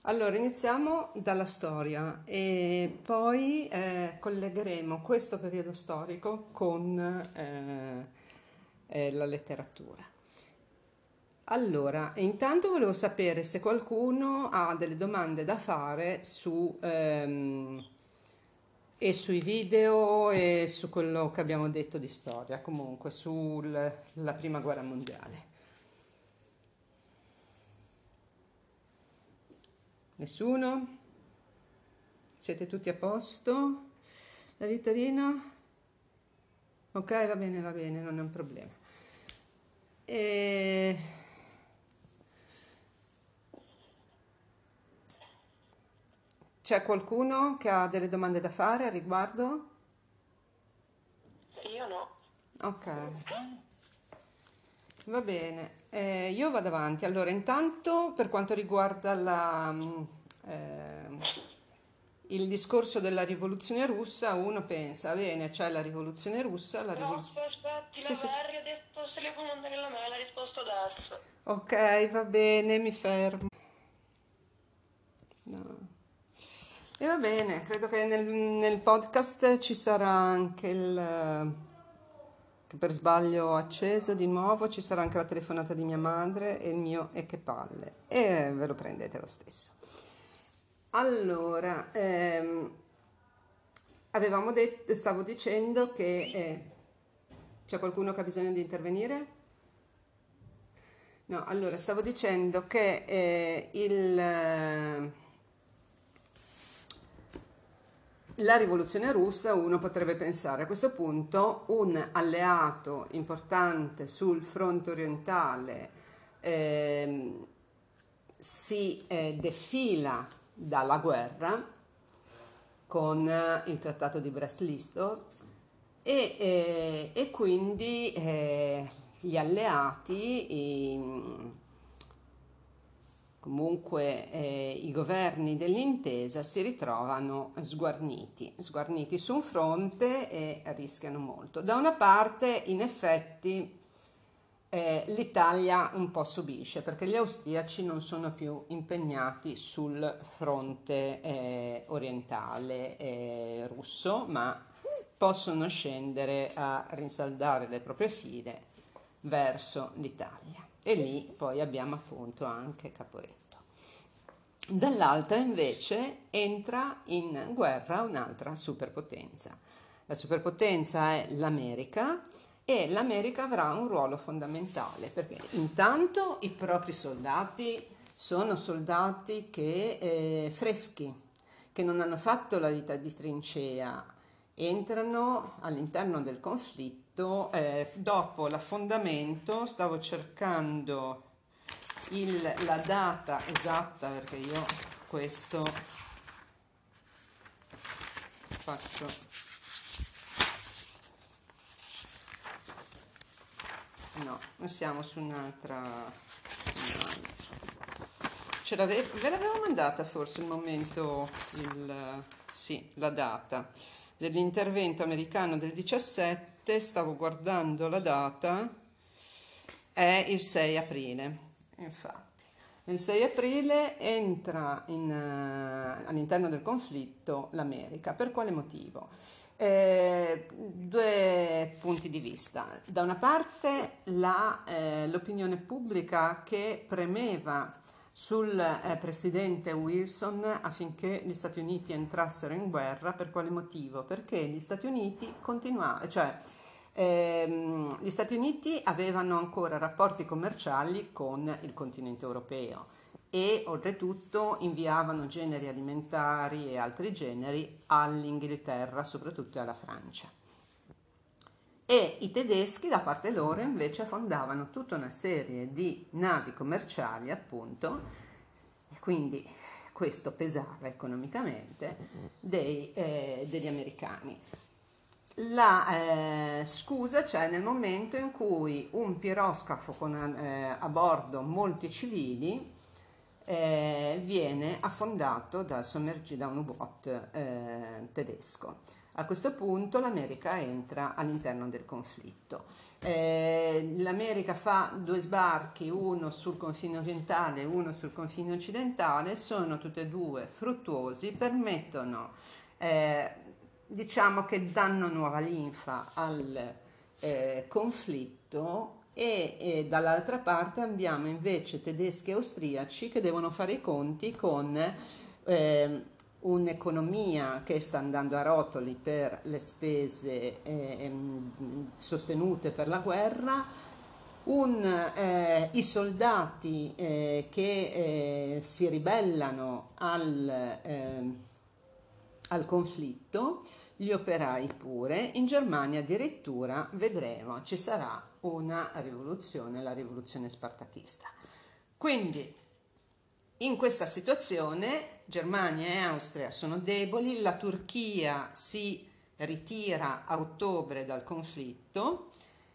Allora, iniziamo dalla storia e poi collegheremo questo periodo storico con la letteratura. Allora, intanto volevo sapere se qualcuno ha delle domande da fare e sui video e su quello che abbiamo detto di storia, comunque sulla prima guerra mondiale. Nessuno? Siete tutti a posto? La Vittorino? Ok, va bene, non è un problema. E... C'è qualcuno che ha delle domande da fare al riguardo? Io no. Ok, va bene. Io vado avanti. Allora, intanto per quanto riguarda il discorso della rivoluzione russa, uno pensa, bene, c'è la rivoluzione russa, la Prof, rivoluzione... aspetti, Sì, la sì, sì. Mary ha detto se le può mandare la mail, ha risposto adesso. Ok, va bene, mi fermo. No. E va bene, credo che nel podcast ci sarà anche che per sbaglio ho acceso di nuovo, ci sarà anche la telefonata di mia madre e il mio e che palle. E ve lo prendete lo stesso. Allora, avevamo detto, stavo dicendo che c'è qualcuno che ha bisogno di intervenire? No, allora stavo dicendo che la rivoluzione russa, uno potrebbe pensare a questo punto, un alleato importante sul fronte orientale ehm, si defila dalla guerra con il trattato di Brest-Litovsk e quindi gli alleati, comunque i governi dell'intesa si ritrovano sguarniti su un fronte e rischiano molto. Da una parte, in effetti, l'Italia un po' subisce perché gli austriaci non sono più impegnati sul fronte orientale russo, ma possono scendere a rinsaldare le proprie file verso l'Italia. E lì poi abbiamo appunto anche Caporetto. Dall'altra invece entra in guerra un'altra superpotenza. La superpotenza è l'America e l'America avrà un ruolo fondamentale perché intanto i propri soldati sono soldati che, freschi, che non hanno fatto la vita di trincea, entrano all'interno del conflitto dopo l'affondamento. Stavo cercando la data esatta perché io questo faccio, no, noi siamo su un'altra, ve l'avevo mandata forse il momento, sì, la data dell'intervento americano del 17, stavo guardando la data, è il 6 aprile, infatti. Il 6 aprile entra all'interno del conflitto l'America. Per quale motivo? Due punti di vista. Da una parte l'opinione pubblica che premeva sul presidente Wilson affinché gli Stati Uniti entrassero in guerra. Per quale motivo? Perché gli Stati Uniti continuavano, cioè gli Stati Uniti avevano ancora rapporti commerciali con il continente europeo e oltretutto inviavano generi alimentari e altri generi all'Inghilterra, soprattutto alla Francia. E i tedeschi da parte loro invece fondavano tutta una serie di navi commerciali, appunto, e quindi questo pesava economicamente degli americani. La scusa c'è nel momento in cui un piroscafo con a bordo molti civili viene affondato da un U-boot tedesco. A questo punto l'America entra all'interno del conflitto. L'America fa 2 sbarchi, uno sul confine orientale e uno sul confine occidentale, sono tutti e 2 fruttuosi, permettono, diciamo che danno nuova linfa al conflitto e dall'altra parte abbiamo invece tedeschi e austriaci che devono fare i conti con un'economia che sta andando a rotoli per le spese sostenute per la guerra, i soldati che si ribellano al conflitto, gli operai pure. In Germania addirittura vedremo ci sarà una rivoluzione, la rivoluzione spartachista. Quindi in questa situazione Germania e Austria sono deboli, la Turchia si ritira a ottobre dal conflitto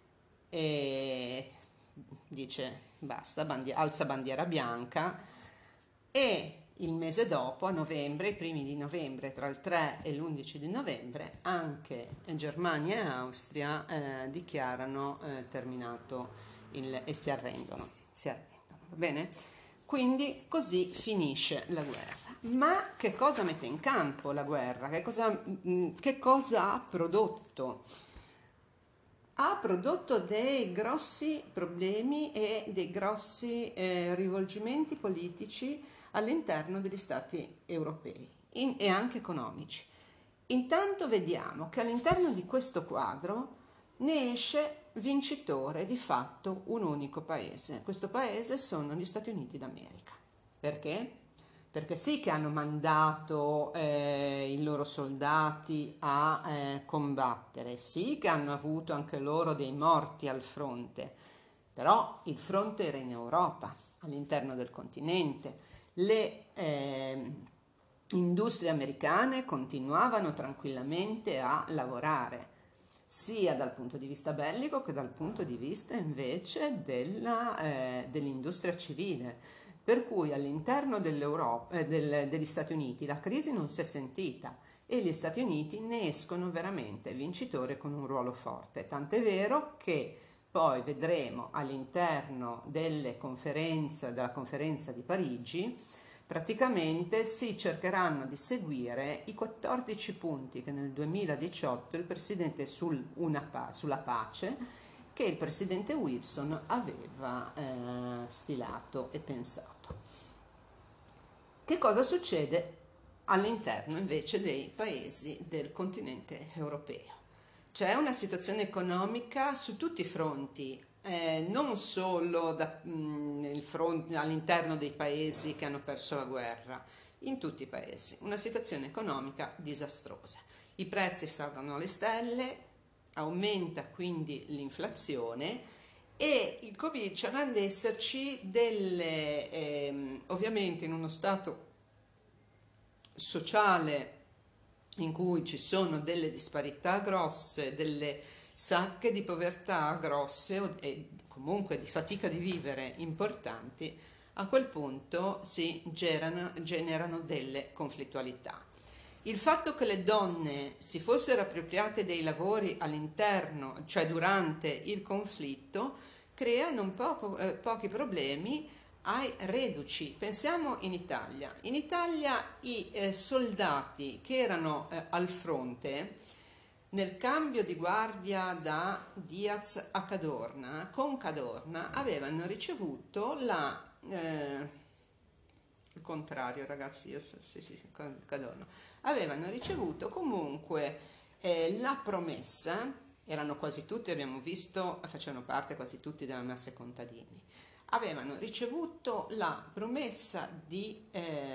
e dice basta, alza bandiera bianca, e il mese dopo, a novembre, i primi di novembre, tra il 3 e l'11 di novembre, anche Germania e Austria dichiarano terminato e si arrendono, va bene? Quindi così finisce la guerra. Ma che cosa mette in campo la guerra? Che cosa ha prodotto? Ha prodotto dei grossi problemi e dei grossi rivolgimenti politici all'interno degli stati europei e anche economici. Intanto vediamo che all'interno di questo quadro ne esce vincitore di fatto un unico paese. Questo paese sono gli Stati Uniti d'America. Perché? Perché sì che hanno mandato i loro soldati a combattere, sì che hanno avuto anche loro dei morti al fronte, però il fronte era in Europa, all'interno del continente. Le industrie americane continuavano tranquillamente a lavorare, sia dal punto di vista bellico che dal punto di vista invece dell'industria civile. Per cui all'interno dell'Europa, degli Stati Uniti la crisi non si è sentita e gli Stati Uniti ne escono veramente vincitori con un ruolo forte. Tant'è vero che poi vedremo all'interno della conferenza di Parigi, praticamente si cercheranno di seguire i 14 punti che nel 2018 il presidente sulla pace, che il presidente Wilson aveva stilato e pensato. Che cosa succede all'interno invece dei paesi del continente europeo? C'è una situazione economica su tutti i fronti, non solo all'interno dei paesi che hanno perso la guerra, in tutti i paesi. Una situazione economica disastrosa. I prezzi salgono alle stelle, aumenta quindi l'inflazione e cominciano ad esserci ovviamente in uno stato sociale in cui ci sono delle disparità grosse, delle sacche di povertà grosse e comunque di fatica di vivere importanti, a quel punto si generano delle conflittualità. Il fatto che le donne si fossero appropriate dei lavori all'interno, cioè durante il conflitto, crea non pochi problemi ai reduci. Pensiamo in Italia. In Italia i soldati che erano al fronte nel cambio di guardia da Diaz a Cadorna, con Cadorna avevano ricevuto il contrario, ragazzi, Cadorna, avevano ricevuto comunque la promessa, erano quasi tutti, abbiamo visto, facevano parte quasi tutti della massa contadini, avevano ricevuto la promessa di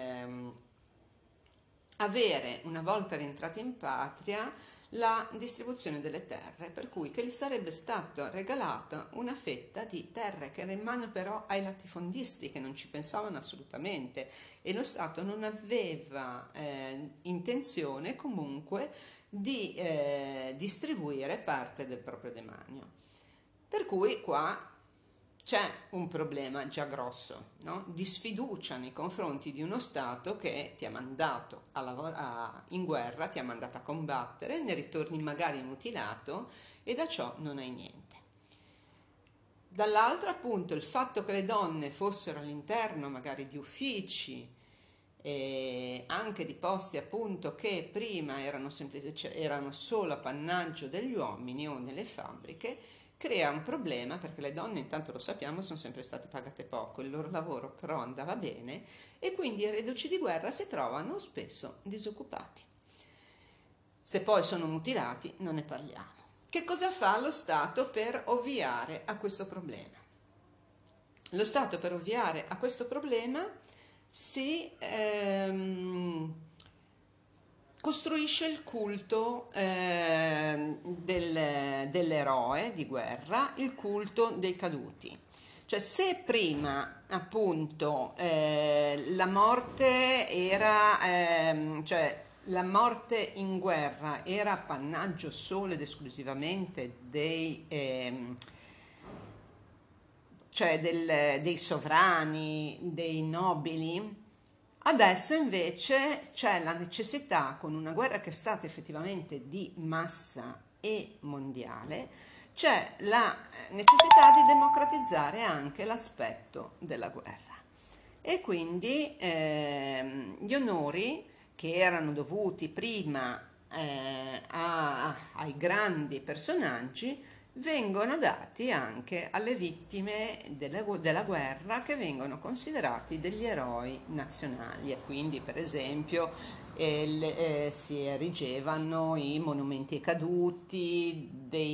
avere, una volta rientrati in patria, la distribuzione delle terre, per cui che gli sarebbe stata regalata una fetta di terre che era in mano però ai latifondisti che non ci pensavano assolutamente e lo Stato non aveva intenzione comunque di distribuire parte del proprio demanio. Per cui qua c'è un problema già grosso, no? Di sfiducia nei confronti di uno Stato che ti ha mandato in guerra, ti ha mandato a combattere, ne ritorni magari mutilato e da ciò non hai niente. Dall'altra, appunto, il fatto che le donne fossero all'interno magari di uffici e anche di posti appunto che prima erano solo appannaggio degli uomini o nelle fabbriche, crea un problema perché le donne, intanto lo sappiamo, sono sempre state pagate poco, il loro lavoro però andava bene e quindi i reduci di guerra si trovano spesso disoccupati. Se poi sono mutilati non ne parliamo. Che cosa fa lo Stato per ovviare a questo problema? Lo Stato per ovviare a questo problema si costruisce il culto dell'eroe di guerra, il culto dei caduti. Cioè se prima appunto la morte era, cioè la morte in guerra era appannaggio solo ed esclusivamente dei sovrani, dei nobili, adesso invece c'è la necessità, con una guerra che è stata effettivamente di massa e mondiale, c'è la necessità di democratizzare anche l'aspetto della guerra. E quindi gli onori che erano dovuti prima ai grandi personaggi vengono dati anche alle vittime della guerra che vengono considerati degli eroi nazionali e quindi per esempio si erigevano i monumenti ai caduti,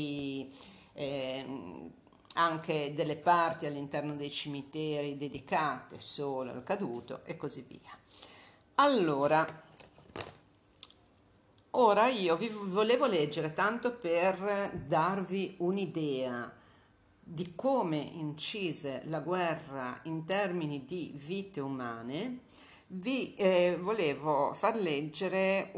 anche delle parti all'interno dei cimiteri dedicate solo al caduto e così via. Allora, ora io vi volevo leggere, tanto per darvi un'idea di come incise la guerra in termini di vite umane, vi volevo far leggere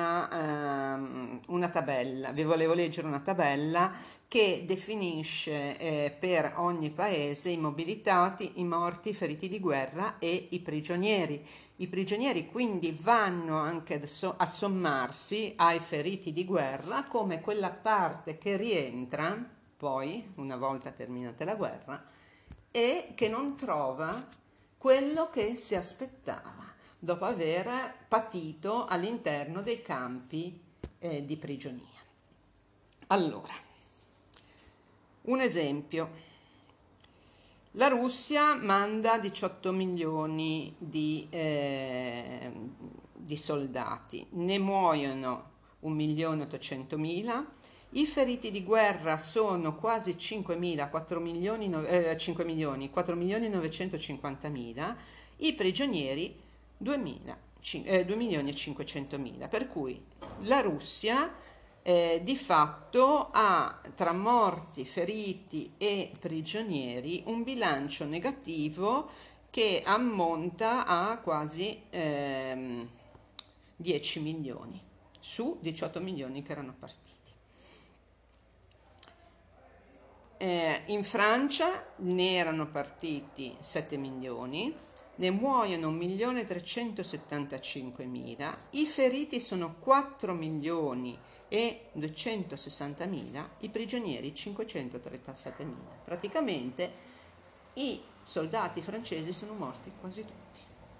una tabella. Vi volevo leggere una tabella che definisce per ogni paese i mobilitati, i morti, i feriti di guerra e i prigionieri. I prigionieri quindi vanno anche a sommarsi ai feriti di guerra come quella parte che rientra poi, una volta terminata la guerra, e che non trova quello che si aspettava dopo aver patito all'interno dei campi di prigionia. Allora, un esempio. La Russia manda 18 milioni di soldati, ne muoiono 1.800.000, i feriti di guerra sono quasi 5.000, 4 milioni 950.000, i prigionieri 2.500.000, per cui la Russia di fatto ha tra morti, feriti e prigionieri un bilancio negativo che ammonta a quasi 10 milioni su 18 milioni che erano partiti. In Francia ne erano partiti 7 milioni, ne muoiono 1.375.000, i feriti sono 4 milioni e 260.000, i prigionieri 537.000. Praticamente i soldati francesi sono morti quasi tutti.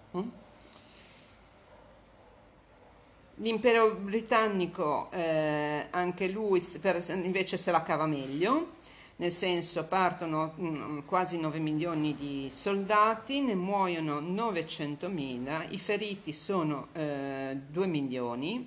L'impero britannico, anche lui invece se la cava meglio, nel senso partono quasi 9 milioni di soldati, ne muoiono 900.000, i feriti sono 2 milioni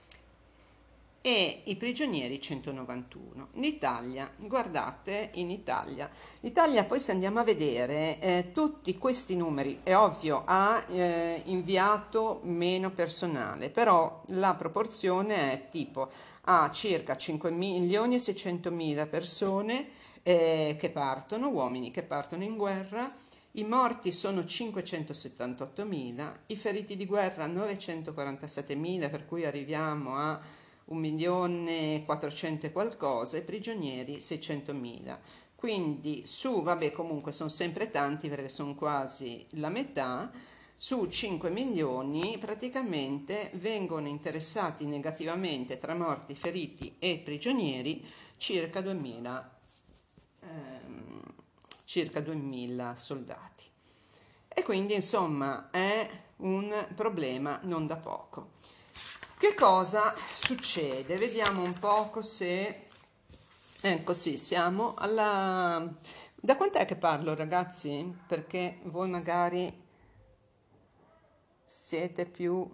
e i prigionieri 191. L'Italia, guardate, l'Italia poi se andiamo a vedere tutti questi numeri, è ovvio ha inviato meno personale, però la proporzione è tipo a circa 5 milioni e 600.000 persone che partono, uomini che partono in guerra. I morti sono 578.000, i feriti di guerra 947.000, per cui arriviamo a 1.400.000 e qualcosa, e prigionieri 600.000. Quindi vabbè, comunque sono sempre tanti perché sono quasi la metà, su 5 milioni praticamente vengono interessati negativamente tra morti, feriti e prigionieri circa 2000 soldati. E quindi insomma è un problema non da poco. Che cosa succede? Vediamo un poco se... Ecco sì, siamo alla... Da quant'è che parlo, ragazzi? Perché voi magari siete più...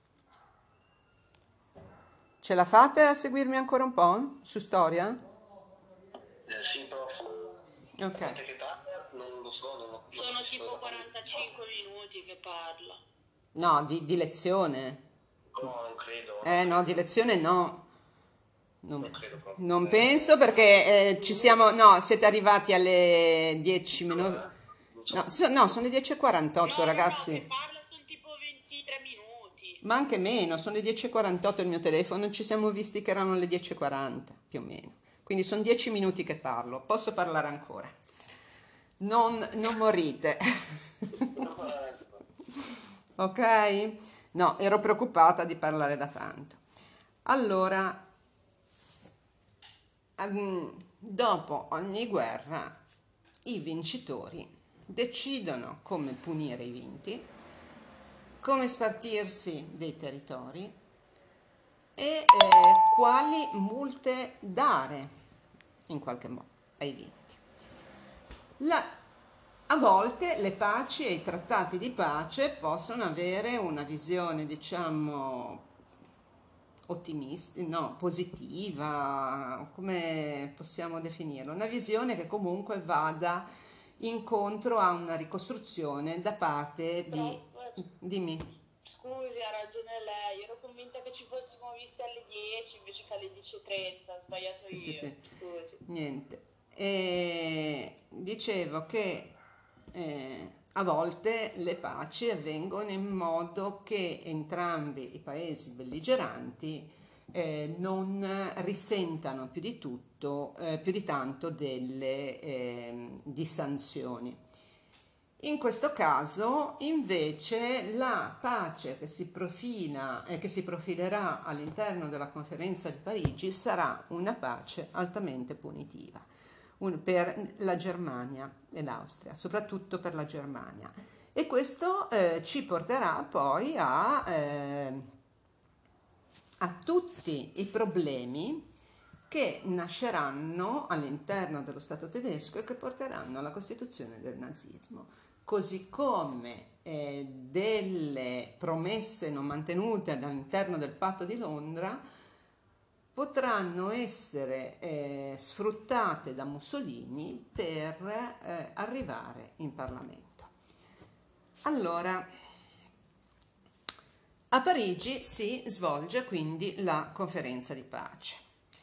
Ce la fate a seguirmi ancora un po' su storia? Sì, prof. Ok. Quanto che parla? Non lo so, non lo Sono tipo 45 minuti che parla. No, di lezione. No, non credo. No, di lezione no. Non, Non credo proprio. non penso perché ci siamo... No, siete arrivati alle 10 minuti. Non No, so. no, sono le 10:48, No, ragazzi. che parla sono tipo 23 minuti. Ma anche meno, sono le 10:48 il mio telefono, ci siamo visti che erano le 10:40, più o meno. Quindi sono 10 minuti che parlo, posso parlare ancora. Non morite. Ok? No, ero preoccupata di parlare da tanto. Allora, dopo ogni guerra, i vincitori decidono come punire i vinti, come spartirsi dei territori e quali multe dare in qualche modo ai vinti. A volte le paci e i trattati di pace possono avere una visione, diciamo, ottimistica, no, positiva, come possiamo definirlo? Una visione che comunque vada incontro a una ricostruzione da parte di... Prof, Dimmi. scusi, ha ragione lei. Ero convinta che ci fossimo visti alle 10 invece che alle 10:30. Ho sbagliato Sì, sì, io. sì. Scusi. Niente. E dicevo che a volte le paci avvengono in modo che entrambi i paesi belligeranti non risentano più di tanto di sanzioni. In questo caso, invece, la pace che si profila e che si profilerà all'interno della conferenza di Parigi sarà una pace altamente punitiva per la Germania e l'Austria, soprattutto per la Germania. E questo ci porterà poi a tutti i problemi che nasceranno all'interno dello Stato tedesco e che porteranno alla costituzione del nazismo, così come delle promesse non mantenute all'interno del patto di Londra potranno essere sfruttate da Mussolini per arrivare in Parlamento. Allora, a Parigi si svolge quindi la conferenza di pace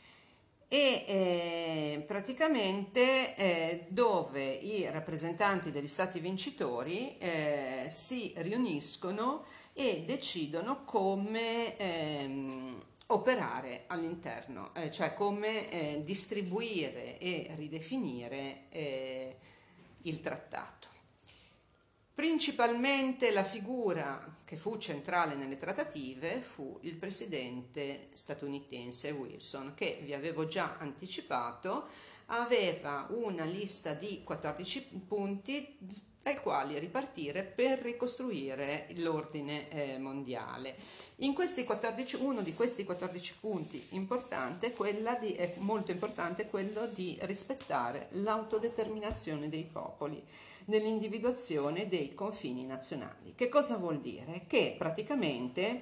e praticamente dove i rappresentanti degli stati vincitori si riuniscono e decidono come operare all'interno, cioè come distribuire e ridefinire il trattato. Principalmente la figura che fu centrale nelle trattative fu il presidente statunitense Wilson, che vi avevo già anticipato, aveva una lista di 14 punti dai quali ripartire per ricostruire l'ordine mondiale. In questi 14, uno di questi 14 punti è molto importante quello di rispettare l'autodeterminazione dei popoli nell'individuazione dei confini nazionali. Che cosa vuol dire? Che praticamente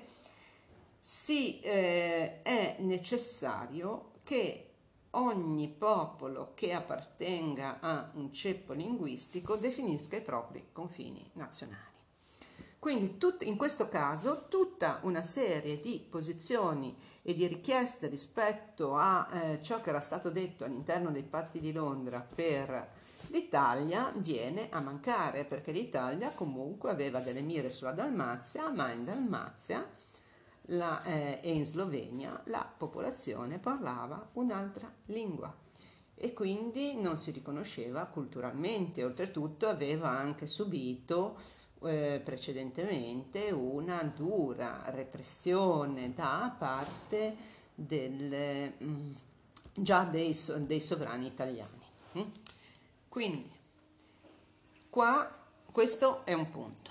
è necessario che ogni popolo che appartenga a un ceppo linguistico definisca i propri confini nazionali. Quindi in questo caso tutta una serie di posizioni e di richieste rispetto a ciò che era stato detto all'interno dei patti di Londra per l'Italia viene a mancare, perché l'Italia comunque aveva delle mire sulla Dalmazia, ma in Dalmazia e in Slovenia la popolazione parlava un'altra lingua. e quindi non si riconosceva culturalmente. Oltretutto aveva anche subito precedentemente una dura repressione da parte già dei sovrani italiani. Quindi qua questo è un punto.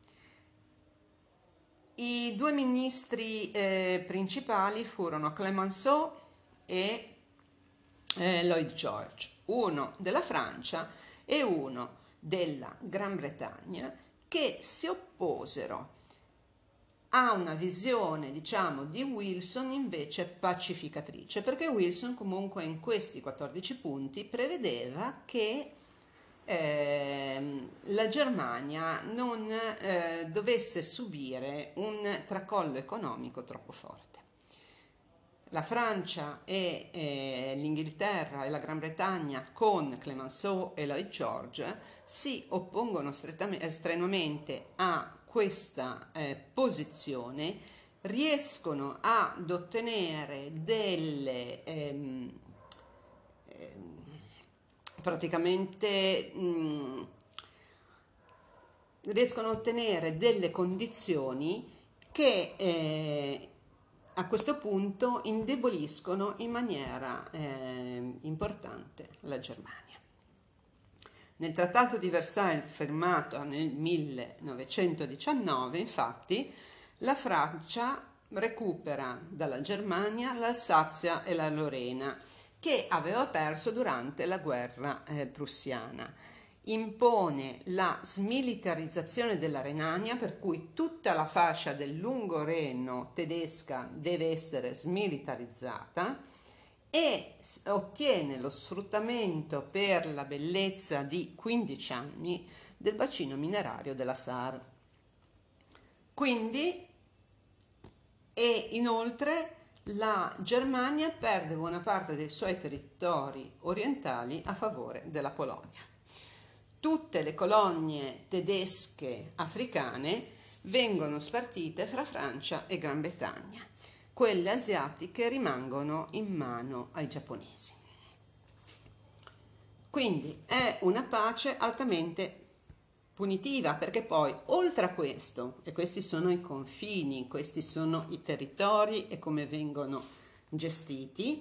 I due ministri principali furono Clemenceau e Lloyd George, uno della Francia e uno della Gran Bretagna, che si opposero a una visione, diciamo, di Wilson invece pacificatrice, perché Wilson comunque in questi 14 punti prevedeva che la Germania non dovesse subire un tracollo economico troppo forte. La Francia e l'Inghilterra e la Gran Bretagna con Clemenceau e Lloyd George si oppongono strenuamente a questa posizione, riescono ad ottenere riescono a ottenere delle condizioni che a questo punto indeboliscono in maniera importante la Germania. Nel Trattato di Versailles firmato nel 1919, infatti, la Francia recupera dalla Germania l'Alsazia e la Lorena, che aveva perso durante la guerra prussiana. Impone la smilitarizzazione della Renania, per cui tutta la fascia del lungo Reno tedesca deve essere smilitarizzata, e ottiene lo sfruttamento per la bellezza di 15 anni del bacino minerario della Saar. Quindi, e inoltre la Germania perde buona parte dei suoi territori orientali a favore della Polonia. Tutte le colonie tedesche africane vengono spartite fra Francia e Gran Bretagna. Quelle asiatiche rimangono in mano ai giapponesi. Quindi è una pace altamente punitiva, perché poi oltre a questo, e questi sono i confini, questi sono i territori e come vengono gestiti,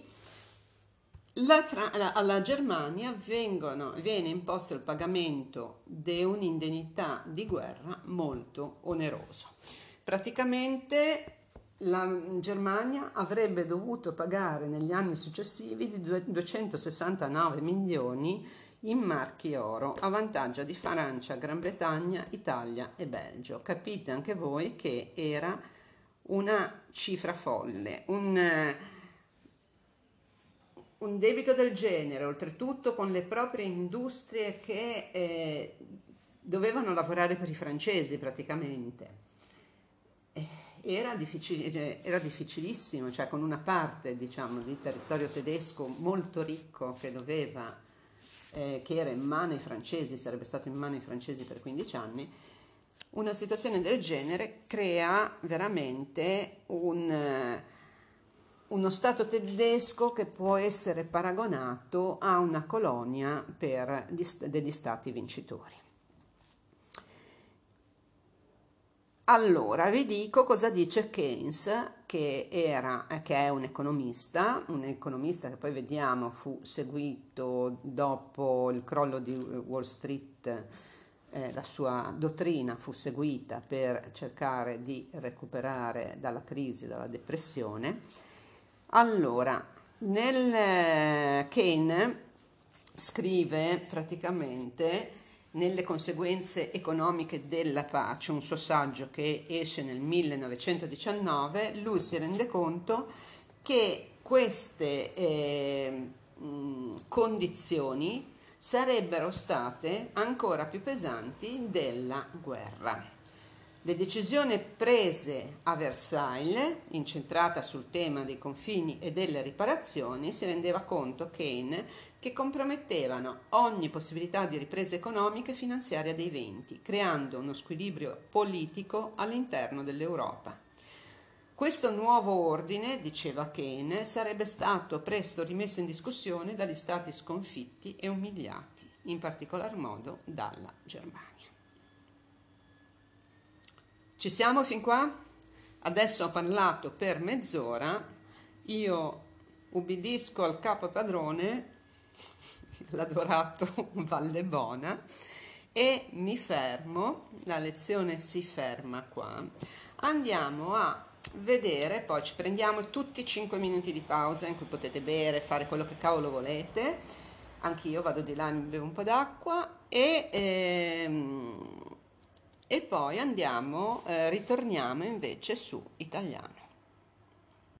alla Germania viene imposto il pagamento di un'indennità di guerra molto oneroso. Praticamente la Germania avrebbe dovuto pagare negli anni successivi di 269 milioni in marchi oro a vantaggio di Francia, Gran Bretagna, Italia e Belgio. Capite anche voi che era una cifra folle, un debito del genere, oltretutto con le proprie industrie che dovevano lavorare per i francesi praticamente. Era difficilissimo, cioè con una parte, diciamo, di territorio tedesco molto ricco che era in mano ai francesi, sarebbe stato in mano ai francesi per 15 anni, una situazione del genere crea veramente uno Stato tedesco che può essere paragonato a una colonia degli Stati vincitori. Allora, vi dico cosa dice Keynes, che è un economista che poi vediamo fu seguito dopo il crollo di Wall Street, la sua dottrina fu seguita per cercare di recuperare dalla crisi, dalla depressione. Allora, Keynes scrive praticamente nelle conseguenze economiche della pace, un suo saggio che esce nel 1919, lui si rende conto che queste condizioni sarebbero state ancora più pesanti della guerra. Le decisioni prese a Versailles, incentrata sul tema dei confini e delle riparazioni, si rendeva conto Keynes che compromettevano ogni possibilità di ripresa economica e finanziaria dei venti, creando uno squilibrio politico all'interno dell'Europa. Questo nuovo ordine, diceva Keynes, sarebbe stato presto rimesso in discussione dagli stati sconfitti e umiliati, in particolar modo dalla Germania. Ci siamo fin qua? Adesso ho parlato per mezz'ora, io ubbidisco al capo padrone, l'adorato Vallebona, e mi fermo, la lezione si ferma qua. Andiamo a vedere, poi ci prendiamo tutti 5 minuti di pausa in cui potete bere, fare quello che cavolo volete, anch'io vado di là e mi bevo un po' d'acqua e poi andiamo, ritorniamo invece su italiano.